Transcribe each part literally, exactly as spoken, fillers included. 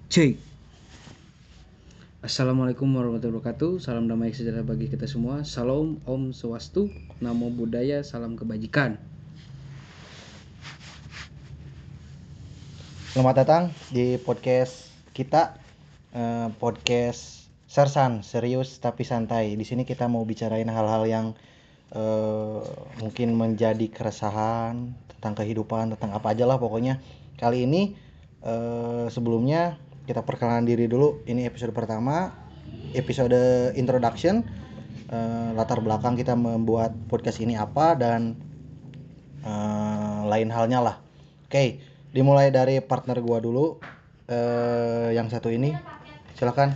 Cek. Assalamualaikum warahmatullahi wabarakatuh. Salam damai sejahtera bagi kita semua. Salam Om Swastiastu, Namo Buddhaya, salam kebajikan. Selamat datang di podcast kita, eh, podcast Sersan, serius tapi santai. Di sini kita mau bicarain hal-hal yang eh, mungkin menjadi keresahan tentang kehidupan, tentang apa aja lah pokoknya. Kali ini eh, sebelumnya kita perkenalan diri dulu. Ini episode pertama, episode introduction, eh, latar belakang kita membuat podcast ini apa dan eh, lain halnya lah. Oke, dimulai dari partner gua dulu. Eh, yang satu ini, silakan.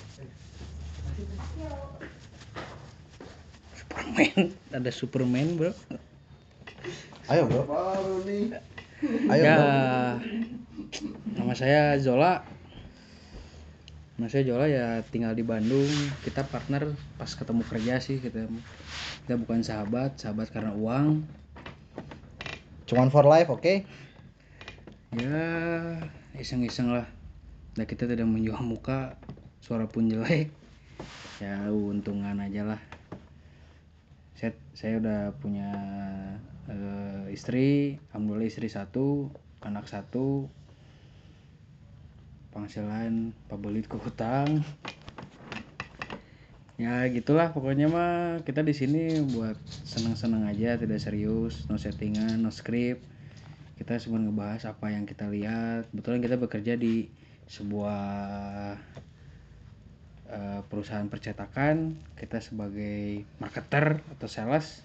Superman, ada Superman bro. Ayo bro. Ayo ya, bro. Nama saya Zola. Nama saya Zola ya, tinggal di Bandung. Kita partner pas ketemu kerja sih kita. Kita bukan sahabat, sahabat karena uang. Cuman for life, oke? Okay? Ya, iseng-iseng lah. Nah kita tidak menjual muka, suara pun jelek. Ya untungan aja lah. Saya, saya udah punya uh, istri, alhamdulillah istri satu, anak satu, penghasilan pabelit ke hutang. Ya gitulah pokoknya mah, kita di sini buat senang-senang aja, tidak serius, no settingan, no script. Kita cuma ngebahas apa yang kita lihat. Kebetulan kita bekerja di sebuah uh, perusahaan percetakan. Kita sebagai marketer atau sales.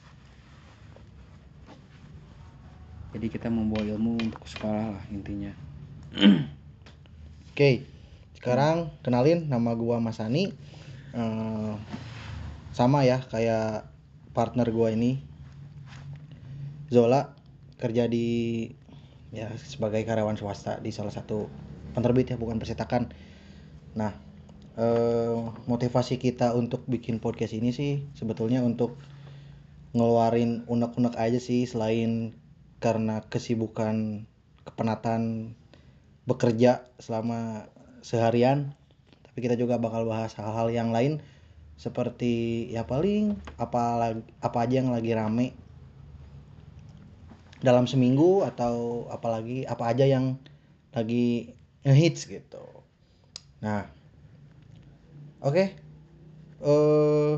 Jadi kita membawa ilmu untuk sekolah lah intinya. Oke, sekarang kenalin, nama gua Mas Ani. Uh, sama ya kayak partner gua ini, Zola, kerja di ya sebagai karyawan swasta di salah satu penerbit ya, bukan percetakan. Nah, eh, motivasi kita untuk bikin podcast ini sih sebetulnya untuk ngeluarin unek-unek aja sih, selain karena kesibukan kepenatan bekerja selama seharian, tapi kita juga bakal bahas hal-hal yang lain seperti ya paling apa apa aja yang lagi rame dalam seminggu, atau apalagi apa aja yang lagi ngehits gitu. Nah, oke, okay. uh,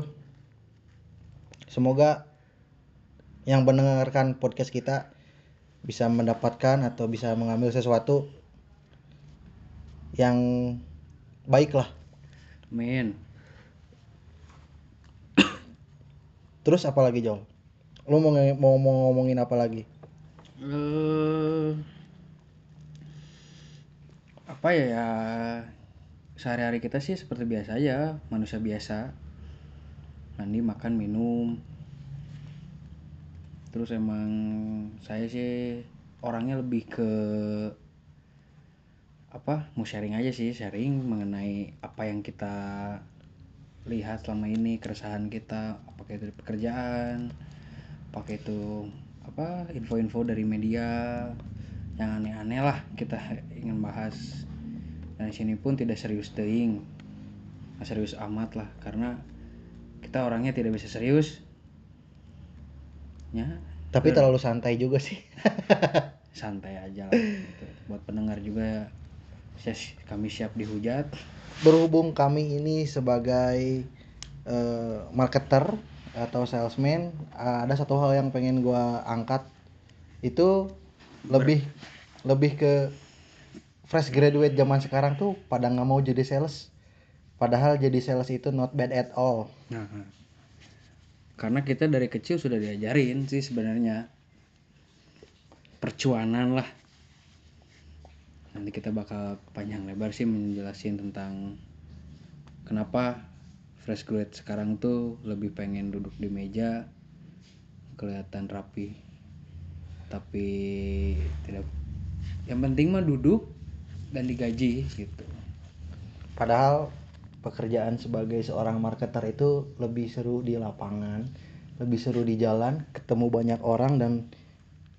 semoga yang mendengarkan podcast kita bisa mendapatkan atau bisa mengambil sesuatu yang baik lah. Amin. Terus apa lagi, Jol? Lu mau, mau, mau ngomongin apa lagi? Uh, apa ya, ya sehari-hari kita sih seperti biasa aja, manusia biasa, mandi, makan, minum. Terus emang saya sih orangnya lebih ke apa, mau sharing aja sih, sharing mengenai apa yang kita lihat selama ini, keresahan kita, apakah itu di pekerjaan, apakah itu apa, info-info dari media yang aneh-aneh lah kita ingin bahas. Dan di sini pun tidak serius teing, nggak serius amat lah, karena kita orangnya tidak bisa serius. Ya. Tapi terlalu santai juga sih. Santai aja lah. Gitu. Buat pendengar juga, kami siap dihujat. Berhubung kami ini sebagai uh, marketer atau salesman, uh, ada satu hal yang pengen gue angkat, itu lebih Ber- lebih ke fresh graduate zaman sekarang tuh pada nggak mau jadi sales, padahal jadi sales itu not bad at all. Nah, karena kita dari kecil sudah diajarin sih sebenarnya percuanan lah. Nanti kita bakal panjang lebar sih menjelasin tentang kenapa fresh graduate sekarang tuh lebih pengen duduk di meja, kelihatan rapi, tapi tidak, yang penting mah duduk dan digaji gitu. Padahal pekerjaan sebagai seorang marketer itu lebih seru di lapangan, lebih seru di jalan, ketemu banyak orang, dan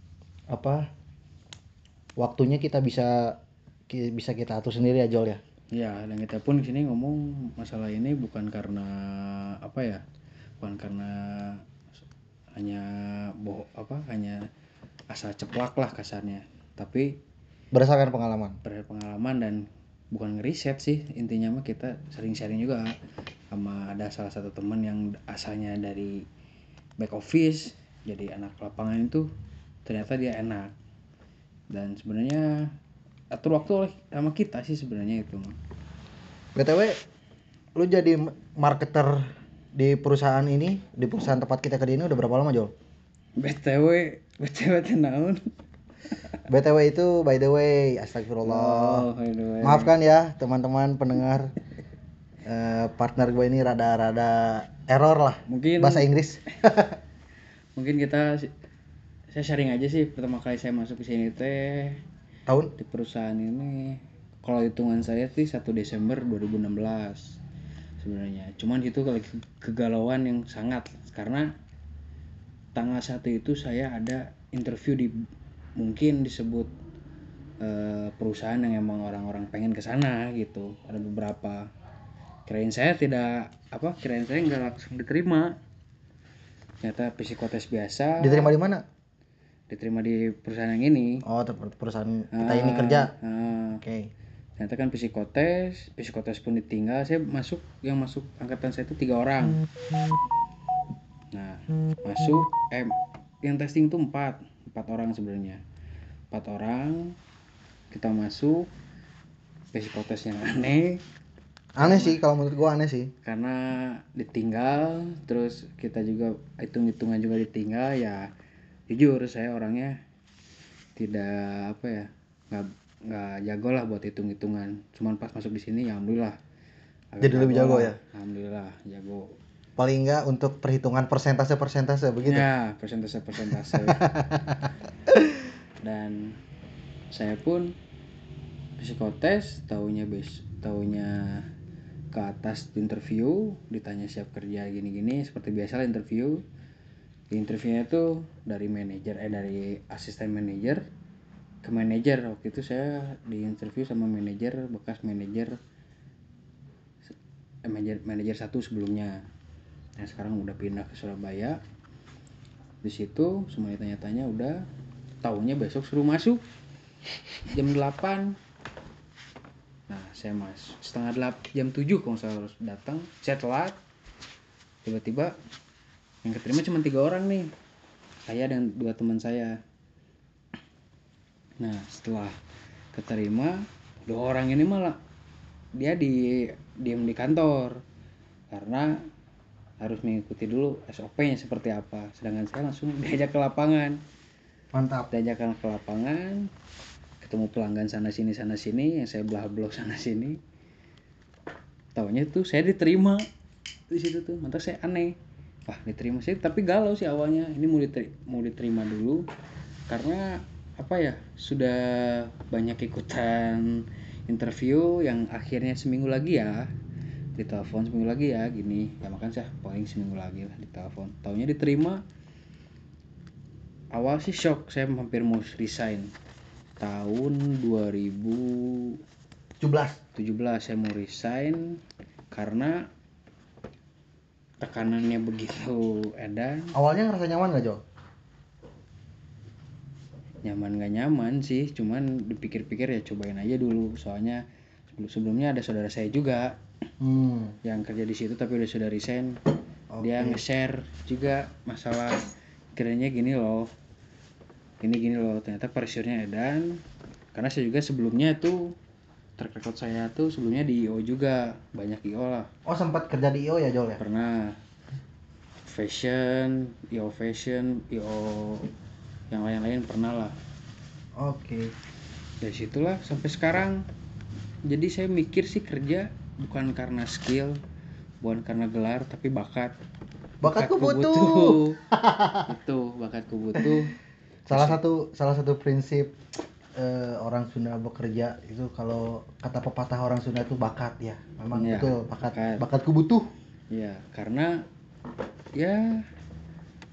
apa, waktunya kita bisa bisa kita atur sendiri ya, Jol ya. Ya, dan kita pun di sini ngomong masalah ini bukan karena apa ya? Bukan karena hanya boh apa hanya asal ceplak lah kasarnya. Tapi Berdasarkan pengalaman. berpengalaman dan bukan ngeriset sih, intinya mah kita sering sharing juga sama ada salah satu teman yang asalnya dari back office jadi anak lapangan itu ternyata dia enak dan sebenarnya atur waktu oleh sama kita sih sebenarnya itu mah. B T W, lu jadi marketer di perusahaan ini, di perusahaan tempat kita kerja ini udah berapa lama, Jol? btw btw teh naon? B T W itu by the way, astagfirullah. Oh, by the way. Maafkan ya teman-teman pendengar. Eh, partner gue ini rada-rada error lah Mungkin bahasa Inggris. mungkin kita saya sharing aja sih pertama kali saya masuk ke sini teh Tahun? di perusahaan ini kalau hitungan saya sih satu Desember dua ribu enam belas sebenarnya. Cuman itu lagi kegalauan yang sangat karena tanggal satu itu saya ada interview di mungkin disebut eh, perusahaan yang emang orang-orang pengen ke sana gitu. Ada beberapa. Kirain saya tidak apa kirain saya nggak langsung diterima. Ternyata psikotes biasa. Diterima di mana? Diterima di perusahaan yang ini. Oh, tempat perusahaan kita ini kerja. Ah, Oke. Okay. Ternyata kan psikotes, psikotes pun ditinggal. Saya masuk yang masuk angkatan saya itu tiga orang. Nah, masuk eh yang testing itu empat, empat orang sebenarnya. Empat orang kita masuk psikotes yang aneh. Aneh sih kalau menurut gua aneh sih. Karena ditinggal, terus kita juga hitung-hitungan juga ditinggal ya. Jujur saya orangnya tidak apa ya, nggak nggak jago lah buat hitung-hitungan. Cuman pas masuk di sini ya alhamdulillah. Jadi lebih jago lah. ya. Alhamdulillah jago. Paling enggak untuk perhitungan persentase-persentase begitu. Ya, persentase-persentase. Dan saya pun psikotes taunya bes taunya ke atas interview, ditanya siap kerja gini-gini seperti biasa lah interview. Di interviewnya itu dari manajer eh dari asisten manajer ke manajer. Waktu itu saya di interview sama manajer bekas manajer eh, manajer manajer satu sebelumnya. Nah, sekarang udah pindah ke Surabaya. Di situ semuanya tanya-tanya udah taunya besok suruh masuk jam delapan. Nah, saya masuk setengah delapan, jam tujuh kalau saya harus datang. Saya telat. Tiba-tiba yang keterima cuma tiga orang nih. Saya dan dua teman saya. Nah, setelah keterima, dua orang ini malah dia di diem di kantor karena harus mengikuti dulu S O P-nya seperti apa. Sedangkan saya langsung diajak ke lapangan. Mantap. Diajak ke lapangan, ketemu pelanggan sana sini sana sini, yang saya belah belah sana sini. Taunya tuh saya diterima di situ tuh, mantap saya aneh. Wah diterima sih, tapi galau sih awalnya. Ini mau diterima, mau diterima dulu karena apa ya sudah banyak ikutan interview yang akhirnya seminggu lagi ya ditelepon seminggu lagi ya gini ya makan sih paling seminggu lagi lah ditelepon. Taunya diterima. Awal sih shock, saya hampir mau resign tahun dua ribu tujuh belas saya mau resign karena tekanannya begitu edan. Awalnya ngerasa nyaman gak, Jo? Nyaman gak nyaman sih, cuman dipikir-pikir ya cobain aja dulu. Soalnya sebelumnya ada saudara saya juga hmm. yang kerja di situ tapi udah sudah resign. Okay. Dia nge-share juga masalah kiranya gini loh, gini gini loh. Ternyata pressure-nya edan. Karena saya juga sebelumnya tuh track record saya tuh sebelumnya di I O juga, banyak I O lah. Oh sempat kerja di I O ya Jol ya? Pernah. Fashion, I O fashion, I O yang lain-lain pernah lah. Oke. Okay. Dari situlah sampai sekarang. Jadi saya mikir sih kerja bukan karena skill, bukan karena gelar, tapi bakat. Bakatku butuh. Itu bakatku butuh. Salah satu salah satu prinsip uh, orang Sunda bekerja itu kalau kata pepatah orang Sunda itu bakat ya. Memang ya, betul bakat, bakat. Bakatku butuh. Ya, karena ya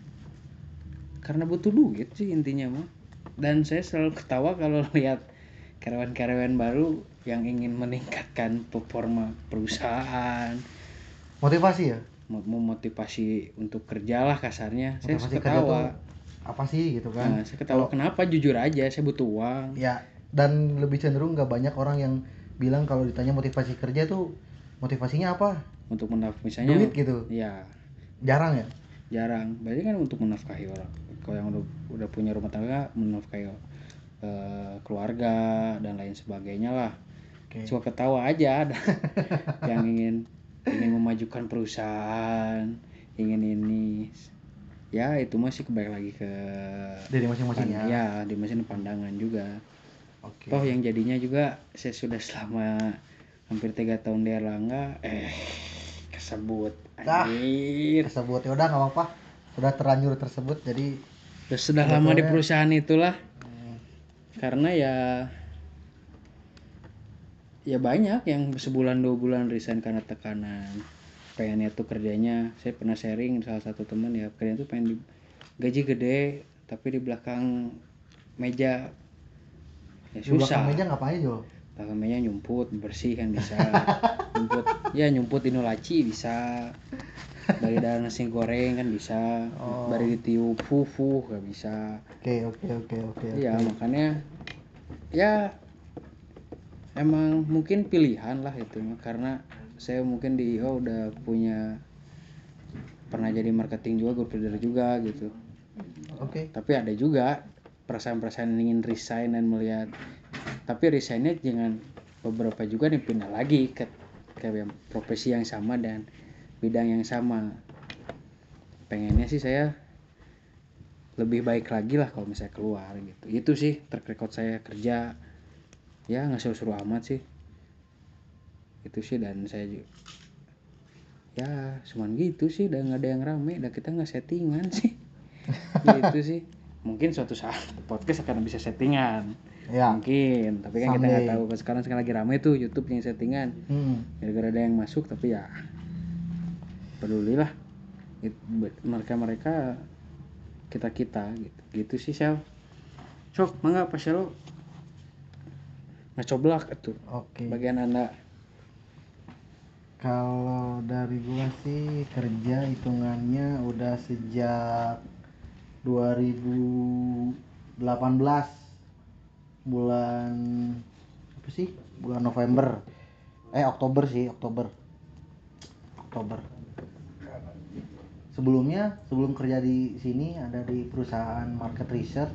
karena butuh duit sih intinya mah. Dan saya selalu ketawa kalau lihat karyawan-karyawan baru yang ingin meningkatkan performa perusahaan, Motivasi ya? Mo- memotivasi untuk kerja lah kasarnya. Saya Motivasi suka kerja tuh ketawa. apa sih gitu kan? Nah, saya ketawa Kalau kenapa? Jujur aja, saya butuh uang. ya, dan lebih cenderung nggak banyak orang yang bilang kalau ditanya motivasi kerja tuh motivasinya apa? Untuk menafkahi misalnya. Duit gitu. Ya, Jarang ya? jarang. Berarti kan untuk menafkahi orang. Kalau yang udah, udah punya rumah tangga, menafkahi eh, keluarga dan lain sebagainya lah. Oke. Suka ketawa aja ada yang ingin ingin memajukan perusahaan, ingin ini. Ya itu masih kembali lagi ke Dari masing-masing ya. ya di masing pandangan juga. Oke. Toh yang jadinya juga saya sudah selama hampir tiga tahun di Erlangga eh kesebut Ah, anjir. Tersebut ya udah nggak apa-apa. Sudah terlanjur tersebut jadi Terus sudah lama di sebetulnya- perusahaan itulah. Hmm, Karena ya ya banyak yang sebulan dua bulan resign karena tekanan. Pengennya tuh kerjanya, saya pernah sharing salah satu teman ya, kerjanya tuh pengen di, gaji gede tapi di belakang meja ya di belakang susah. meja ngapain Jol? Belakang meja nyumput bersih kan bisa. Nyumput ya nyumput di laci bisa. Bagi darah nasi goreng kan bisa. Oh. Bari ditiup fufu gak bisa. Oke oke oke oke. Iya oke. makanya ya emang mungkin pilihan lah itu mah, karena saya mungkin di I O udah punya pernah jadi marketing juga, group leader juga gitu. Oke. Tapi ada juga perasaan-perasaan ingin resign dan melihat, tapi resignnya jangan beberapa juga nih pindah lagi ke ke yang profesi yang sama dan bidang yang sama. Pengennya sih saya lebih baik lagi lah kalau misalnya keluar gitu. Itu sih track record saya kerja. Ya nggak seru-seru amat sih. Itu sih, dan saya juga ya cuman gitu sih, dan nggak ada yang rame dan kita nggak settingan sih. Gitu sih. Mungkin suatu saat podcast akan bisa settingan. Ya. Mungkin, tapi kan kita Someday. nggak tahu. Sekarang sekarang lagi rame tuh YouTube yang settingan. Hmm. Gara-gara ada yang masuk, tapi ya pedulilah. Mereka mereka kita kita gitu. Gitu sih Sel. Sok, mangga Pak Sel. Ngacoblak itu. Oke. Bagian Anda. Kalau dari gua sih kerja hitungannya udah sejak dua ribu delapan belas bulan apa sih? Bulan November. Eh Oktober sih, Oktober. Oktober. Sebelumnya, sebelum kerja di sini ada di perusahaan market research.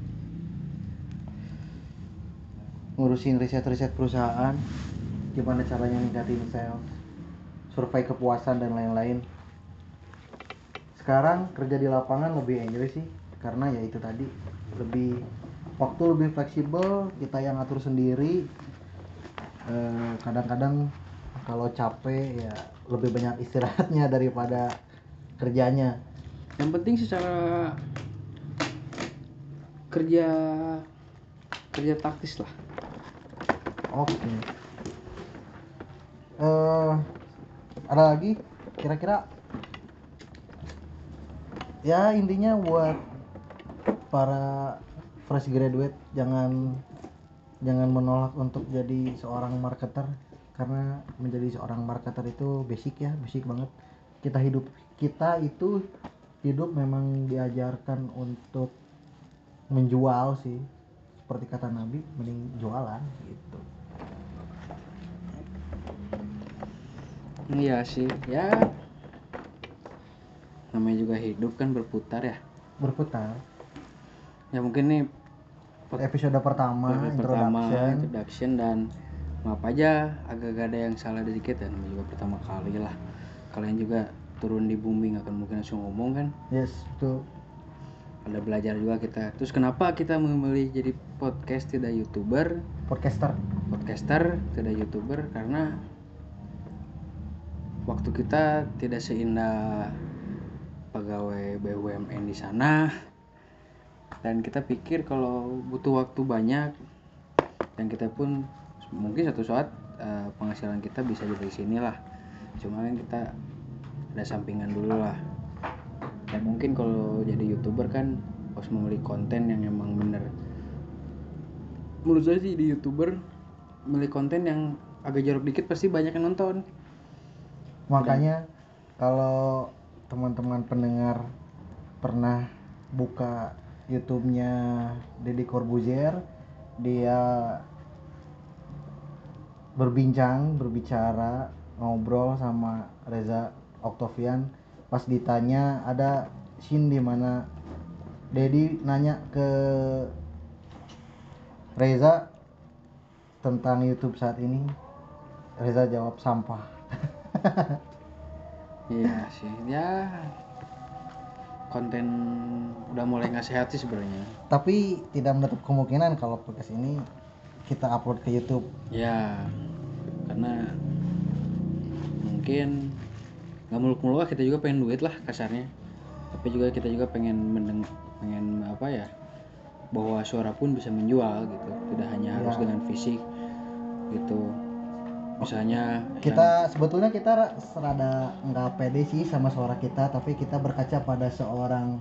Ngurusin riset-riset perusahaan, gimana caranya ningkatin sales, survei kepuasan dan lain-lain. Sekarang kerja di lapangan lebih enjoy sih, karena ya itu tadi lebih waktu lebih fleksibel, kita yang ngatur sendiri. Eh, kadang-kadang kalau capek ya lebih banyak istirahatnya daripada kerjanya. Yang penting secara kerja kerja taktis lah. Oke. Eh, ada lagi kira-kira? Ya intinya buat para fresh graduate jangan jangan menolak untuk jadi seorang marketer, karena menjadi seorang marketer itu basic ya, basic banget. Kita hidup kita itu hidup memang diajarkan untuk menjual sih, seperti kata Nabi, mending jualan gitu. Iya sih, ya namanya juga hidup kan berputar ya. Berputar. Ya mungkin nih Episode pertama, episode introduction. pertama introduction dan maaf aja agak-agak ada yang salah sedikit, dan namanya juga pertama kali lah. Kalian juga turun di bumi nggak akan mungkin langsung ngomong kan. Yes, betul. Ada belajar juga kita. Terus kenapa kita memilih jadi podcast tidak YouTuber? Podcaster. Podcaster tidak YouTuber karena waktu kita tidak seindah pegawai B U M N di sana, dan kita pikir kalau butuh waktu banyak, dan kita pun mungkin satu saat uh, penghasilan kita bisa dari sini lah. Cuma kan kita ada sampingan dulu lah. Dan mungkin kalau jadi YouTuber kan harus memilih konten yang emang bener menurut saya sih di YouTuber milih konten yang agak jorok dikit pasti banyak yang nonton. Makanya kalau teman-teman pendengar pernah buka YouTube-nya Deddy Corbuzier, dia berbincang, berbicara, ngobrol sama Reza Oktavian. Pas ditanya, ada scene di mana Deddy nanya ke Reza tentang YouTube saat ini. Reza jawab sampah. Iya sih, ya konten udah mulai nggak sehat sih sebenarnya. Tapi tidak menutup kemungkinan kalau podcast ini kita upload ke YouTube. Ya, karena mungkin nggak muluk-muluk lah, kita juga pengen duit lah kasarnya. Tapi juga kita juga pengen mendeng pengen apa ya, bahwa suara pun bisa menjual gitu, tidak hanya harus Ya. dengan fisik gitu. Misalnya Kita sebetulnya kita serada nggak pede sih sama suara kita, tapi kita berkaca pada seorang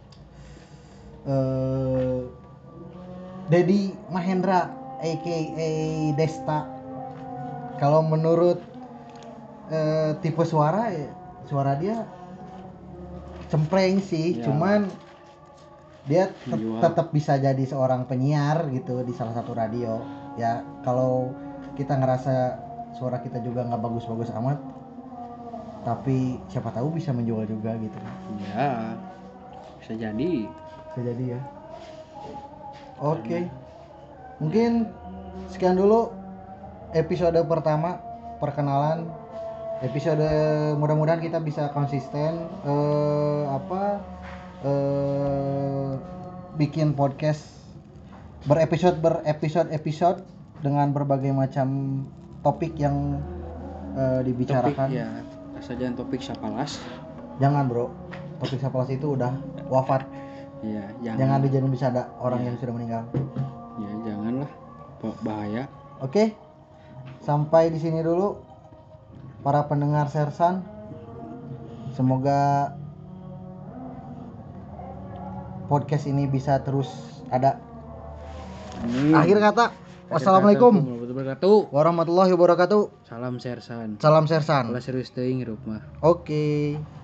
eh, Deddy Mahendra aka Desta. Kalau menurut eh, tipe suara, eh, suara dia cempreng sih, Ya. cuman dia tet- Menjual. tetap bisa jadi seorang penyiar gitu di salah satu radio. Ya kalau kita ngerasa suara kita juga nggak bagus-bagus amat, tapi siapa tahu bisa menjual juga gitu. Ya, bisa jadi. Bisa jadi ya. Oke, mungkin sekian dulu episode pertama perkenalan. Episode mudah-mudahan kita bisa konsisten eh, apa eh, bikin podcast berepisode berepisode episode dengan berbagai macam topik yang eh, dibicarakan. Topik ya, asal jangan topik sapalas. Jangan bro, topik sapalas itu udah wafat. Ya, jangan. Jangan dijadiin bercanda orang Ya. yang sudah meninggal. Ya, janganlah. Ba- Bahaya. Oke, sampai di sini dulu para pendengar Sersan. Semoga podcast ini bisa terus ada. Amin. Akhir kata, Akhir wassalamualaikum kata, warahmatullahi wabarakatuh. warahmatullahi wabarakatuh. Salam Sersan. Salam Sersan. Kalau serius teuing hirup mah. Oke.